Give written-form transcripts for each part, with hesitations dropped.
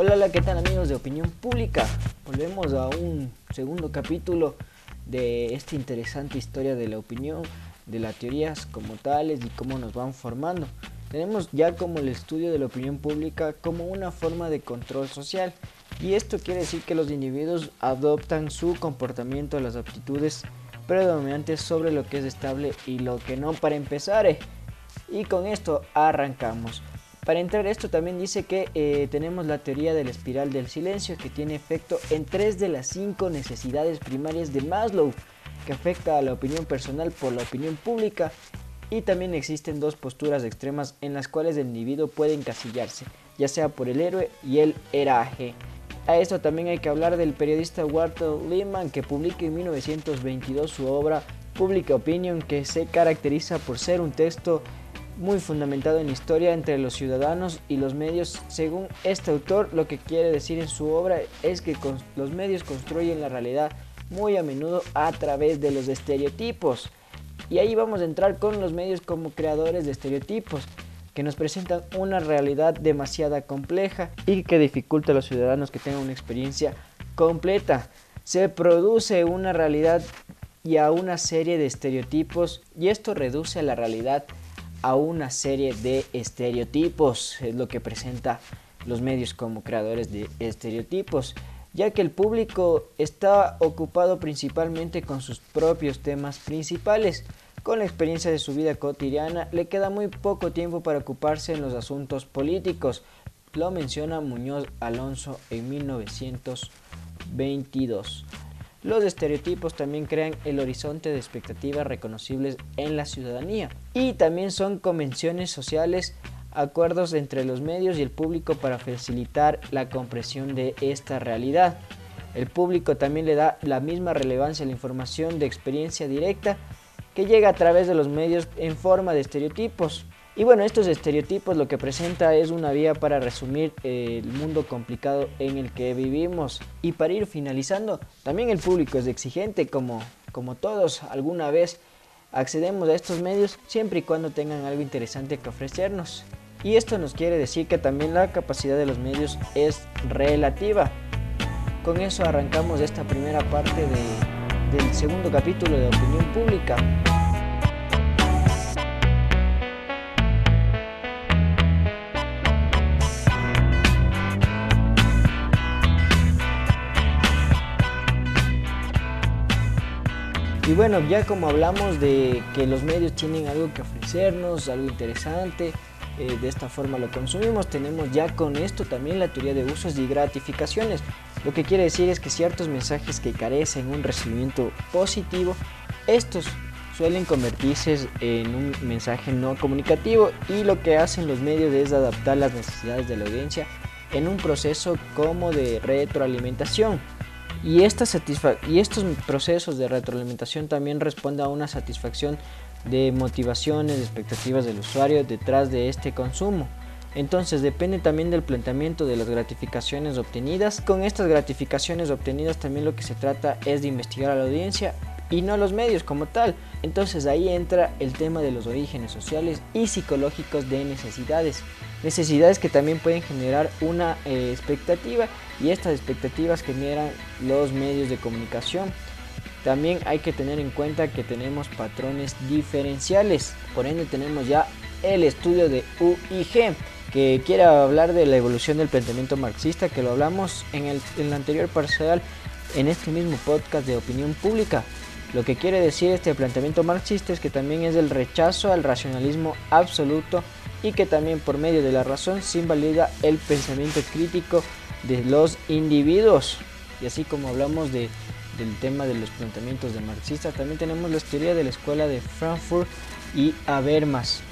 Hola, ¿qué tal amigos de Opinión Pública? Volvemos a un segundo capítulo de esta interesante historia de la opinión, de las teorías como tales y cómo nos van formando. Tenemos ya como el estudio de la opinión pública como una forma de control social, y esto quiere decir que los individuos adoptan su comportamiento, las aptitudes predominantes sobre lo que es estable y lo que no, para empezar. Y con esto arrancamos. Para entrar esto también dice que tenemos la teoría de la espiral del silencio, que tiene efecto en 3 de las 5 necesidades primarias de Maslow, que afecta a la opinión personal por la opinión pública. Y también existen dos posturas extremas en las cuales el individuo puede encasillarse, ya sea por el héroe y el heraje. A esto también hay que hablar del periodista Walter Lippmann, que publica en 1922 su obra Public Opinion, que se caracteriza por ser un texto muy fundamentado en historia entre los ciudadanos y los medios. Según este autor, lo que quiere decir en su obra es que los medios construyen la realidad muy a menudo a través de los estereotipos. Y ahí vamos a entrar con los medios como creadores de estereotipos, que nos presentan una realidad demasiado compleja y que dificulta a los ciudadanos que tengan una experiencia completa. Se produce una realidad y a una serie de estereotipos, y esto reduce a la realidad a una serie de estereotipos. Es lo que presenta los medios como creadores de estereotipos, ya que el público está ocupado principalmente con sus propios temas principales. Con la experiencia de su vida cotidiana, le queda muy poco tiempo para ocuparse en los asuntos políticos. Lo menciona Muñoz Alonso en 1922. Los estereotipos también crean el horizonte de expectativas reconocibles en la ciudadanía, y también son convenciones sociales, acuerdos entre los medios y el público para facilitar la comprensión de esta realidad. El público también le da la misma relevancia a la información de experiencia directa que llega a través de los medios en forma de estereotipos. Y bueno, estos estereotipos lo que presenta es una vía para resumir el mundo complicado en el que vivimos. Y para ir finalizando, también el público es exigente, como todos alguna vez accedemos a estos medios, siempre y cuando tengan algo interesante que ofrecernos. Y esto nos quiere decir que también la capacidad de los medios es relativa. Con eso arrancamos esta primera parte del segundo capítulo de Opinión Pública. Y bueno, ya como hablamos de que los medios tienen algo que ofrecernos, algo interesante, de esta forma lo consumimos, tenemos ya con esto también la teoría de usos y gratificaciones. Lo que quiere decir es que ciertos mensajes que carecen un recibimiento positivo, estos suelen convertirse en un mensaje no comunicativo, y lo que hacen los medios es adaptar las necesidades de la audiencia en un proceso como de retroalimentación. Y estos procesos de retroalimentación también responden a una satisfacción de motivaciones, de expectativas del usuario detrás de este consumo. Entonces depende también del planteamiento de las gratificaciones obtenidas. Con estas gratificaciones obtenidas también lo que se trata es de investigar a la audiencia y no a los medios como tal. Entonces ahí entra el tema de los orígenes sociales y psicológicos de necesidades que también pueden generar una expectativa, y estas expectativas generan los medios de comunicación. También hay que tener en cuenta que tenemos patrones diferenciales, por ende tenemos ya el estudio de UIG, que quiere hablar de la evolución del planteamiento marxista, que lo hablamos en el anterior parcial en este mismo podcast de Opinión Pública. Lo que quiere decir este planteamiento marxista es que también es el rechazo al racionalismo absoluto, y que también por medio de la razón se invalida el pensamiento crítico de los individuos. Y así como hablamos del tema de los planteamientos de marxistas, también tenemos la teoría de la escuela de Frankfurt y Habermas.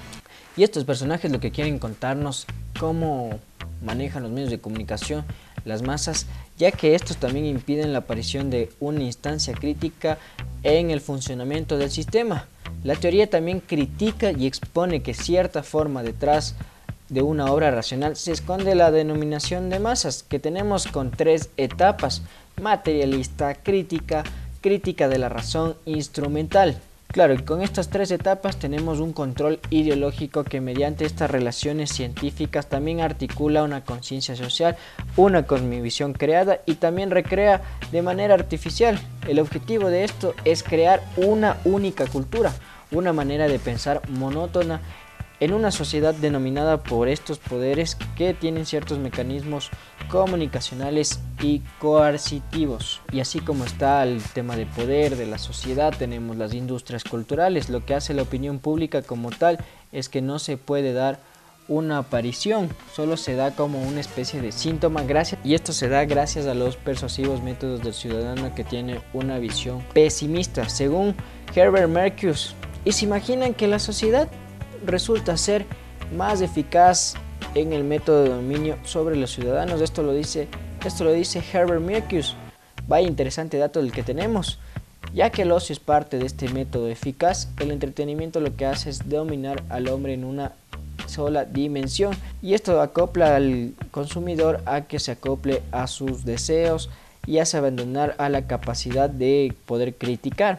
Y estos personajes lo que quieren contarnos cómo manejan los medios de comunicación las masas, ya que estos también impiden la aparición de una instancia crítica en el funcionamiento del sistema. La teoría también critica y expone que cierta forma detrás de una obra racional se esconde la denominación de masas, que tenemos con 3 etapas: materialista, crítica de la razón, instrumental. Claro, y con estas tres etapas tenemos un control ideológico que mediante estas relaciones científicas también articula una conciencia social, una cosmovisión creada y también recrea de manera artificial. El objetivo de esto es crear una única cultura, una manera de pensar monótona en una sociedad denominada por estos poderes que tienen ciertos mecanismos comunicacionales y coercitivos. Y así como está el tema de poder de la sociedad, tenemos las industrias culturales. Lo que hace la opinión pública como tal es que no se puede dar una aparición, solo se da como una especie de síntoma, y esto se da gracias a los persuasivos métodos del ciudadano que tiene una visión pesimista. Según Herbert Marcuse, ¿y se imaginan que la sociedad resulta ser más eficaz en el método de dominio sobre los ciudadanos? Esto lo dice Herbert Marcuse. Vaya interesante dato del que tenemos. Ya que el ocio es parte de este método eficaz, el entretenimiento lo que hace es dominar al hombre en una sola dimensión, y esto acopla al consumidor a que se acople a sus deseos y hace abandonar a la capacidad de poder criticar.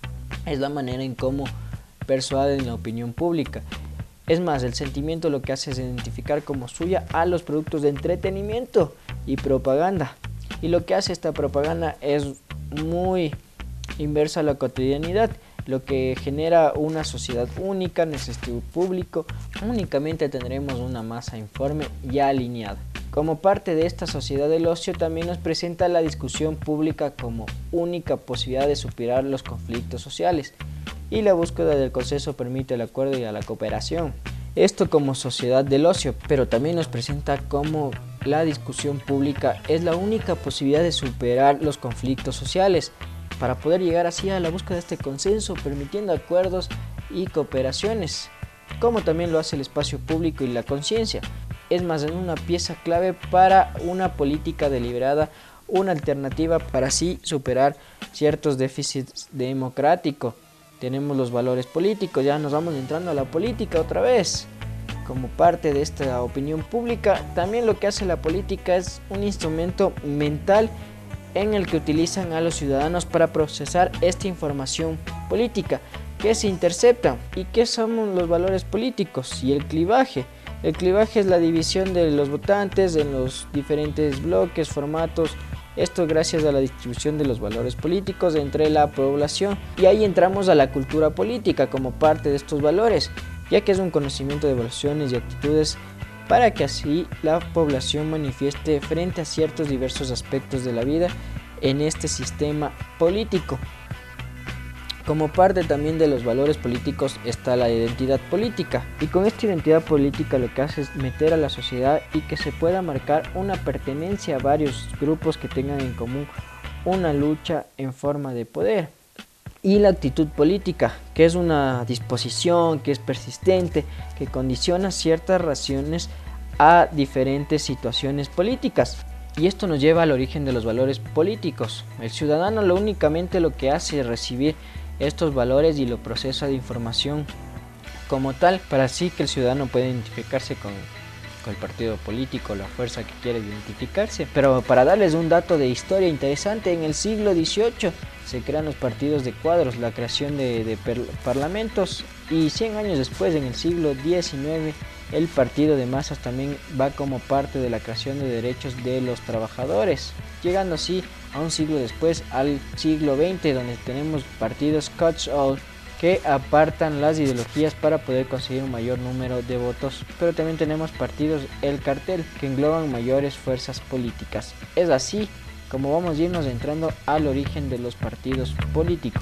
Es la manera en cómo persuaden la opinión pública. Es más, el sentimiento lo que hace es identificar como suya a los productos de entretenimiento y propaganda, y lo que hace esta propaganda es muy inversa a la cotidianidad, lo que genera una sociedad única en el sistema público. Únicamente tendremos una masa informe y alineada. Como parte de esta sociedad del ocio, también nos presenta la discusión pública como única posibilidad de superar los conflictos sociales, y la búsqueda del consenso permite el acuerdo y la cooperación. Esto como sociedad del ocio, pero también nos presenta como la discusión pública es la única posibilidad de superar los conflictos sociales, para poder llegar así a la búsqueda de este consenso, permitiendo acuerdos y cooperaciones, como también lo hace el espacio público y la conciencia. Es más, en una pieza clave para una política deliberada, una alternativa para así superar ciertos déficits democráticos. Tenemos los valores políticos, ya nos vamos entrando a la política otra vez. Como parte de esta opinión pública, también lo que hace la política es un instrumento mental en el que utilizan a los ciudadanos para procesar esta información política que se intercepta. ¿Y qué son los valores políticos? Y el clivaje. El clivaje es la división de los votantes en los diferentes bloques, formatos. Esto gracias a la distribución de los valores políticos entre la población. Y ahí entramos a la cultura política como parte de estos valores, ya que es un conocimiento de evaluaciones y actitudes para que así la población manifieste frente a ciertos diversos aspectos de la vida en este sistema político. Como parte también de los valores políticos está la identidad política, y con esta identidad política lo que hace es meter a la sociedad y que se pueda marcar una pertenencia a varios grupos que tengan en común una lucha en forma de poder. Y la actitud política, que es una disposición que es persistente, que condiciona ciertas razones a diferentes situaciones políticas. Y esto nos lleva al origen de los valores políticos. El ciudadano únicamente lo que hace es recibir estos valores y lo procesa de información como tal, para así que el ciudadano pueda identificarse con el partido político, la fuerza que quiere identificarse. Pero para darles un dato de historia interesante, en el siglo XVIII se crean los partidos de cuadros, la creación de parlamentos, y 100 años después, en el siglo XIX, el partido de masas también va como parte de la creación de derechos de los trabajadores, llegando así a un siglo después, al siglo XX, donde tenemos partidos catch-all que apartan las ideologías para poder conseguir un mayor número de votos, pero también tenemos partidos el cartel que engloban mayores fuerzas políticas. Es así como vamos a irnos entrando al origen de los partidos políticos.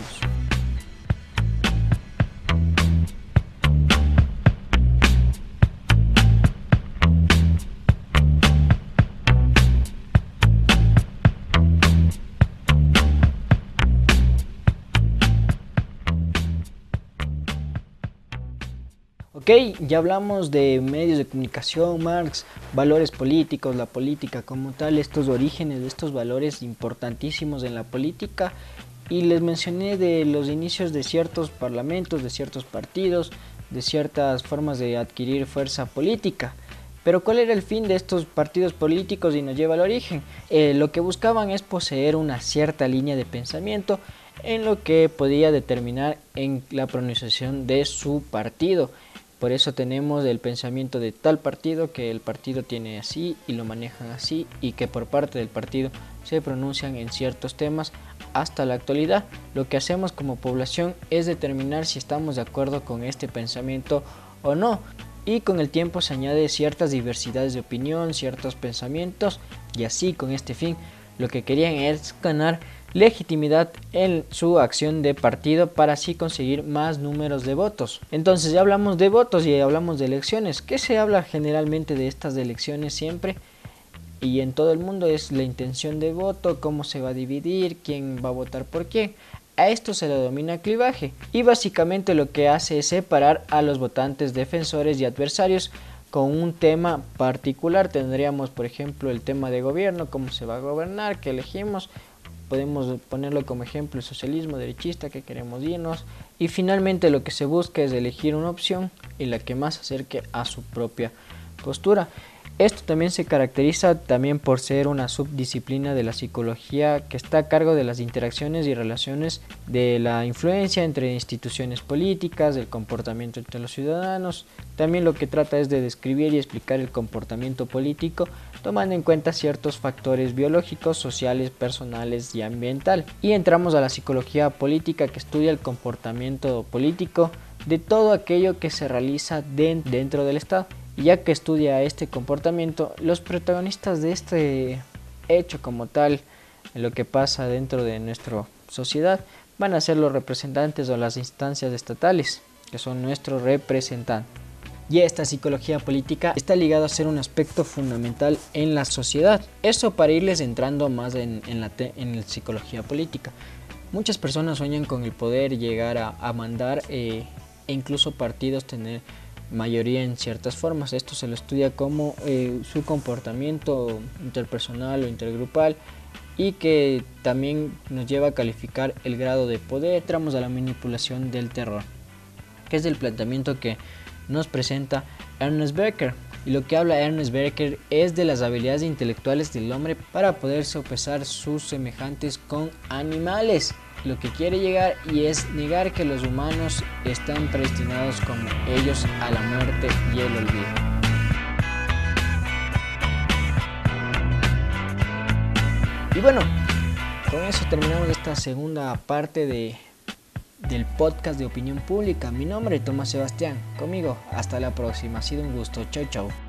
Ok, ya hablamos de medios de comunicación, Marx, valores políticos, la política como tal, estos orígenes de estos valores importantísimos en la política, y les mencioné de los inicios de ciertos parlamentos, de ciertos partidos, de ciertas formas de adquirir fuerza política. Pero ¿cuál era el fin de estos partidos políticos y nos lleva al origen? Lo que buscaban es poseer una cierta línea de pensamiento en lo que podía determinar en la pronunciación de su partido. Por eso tenemos el pensamiento de tal partido, que el partido tiene así y lo manejan así, y que por parte del partido se pronuncian en ciertos temas hasta la actualidad. Lo que hacemos como población es determinar si estamos de acuerdo con este pensamiento o no. Y con el tiempo se añade ciertas diversidades de opinión, ciertos pensamientos, y así con este fin lo que querían es ganar legitimidad en su acción de partido para así conseguir más números de votos. Entonces ya hablamos de votos y hablamos de elecciones. ¿Qué se habla generalmente de estas elecciones siempre? Y en todo el mundo es la intención de voto, cómo se va a dividir, quién va a votar por quién. A esto se le denomina clivaje y básicamente lo que hace es separar a los votantes defensores y adversarios con un tema particular. Tendríamos por ejemplo el tema de gobierno, cómo se va a gobernar, qué elegimos. Podemos ponerlo como ejemplo el socialismo derechista que queremos irnos, y finalmente lo que se busca es elegir una opción y la que más se acerque a su propia postura. Esto también se caracteriza también por ser una subdisciplina de la psicología que está a cargo de las interacciones y relaciones de la influencia entre instituciones políticas, del comportamiento entre los ciudadanos. También lo que trata es de describir y explicar el comportamiento político tomando en cuenta ciertos factores biológicos, sociales, personales y ambiental. Y entramos a la psicología política, que estudia el comportamiento político de todo aquello que se realiza dentro del Estado. Y ya que estudia este comportamiento, los protagonistas de este hecho como tal, en lo que pasa dentro de nuestra sociedad, van a ser los representantes o las instancias estatales, que son nuestros representantes. Y esta psicología política está ligada a ser un aspecto fundamental en la sociedad. Eso para irles entrando más en la psicología política. Muchas personas sueñan con el poder llegar a mandar e incluso partidos tener mayoría en ciertas formas. Esto se lo estudia como su comportamiento interpersonal o intergrupal, y que también nos lleva a calificar el grado de poder. Entramos a la manipulación del terror, que es el planteamiento que nos presenta Ernest Becker. Y lo que habla Ernest Becker es de las habilidades intelectuales del hombre para poder sopesar sus semejantes con animales. Lo que quiere llegar y es negar que los humanos están predestinados como ellos a la muerte y el olvido. Y bueno, con eso terminamos esta segunda parte del podcast de Opinión Pública. Mi nombre es Tomás Sebastián. Conmigo, hasta la próxima. Ha sido un gusto. Chau, chau.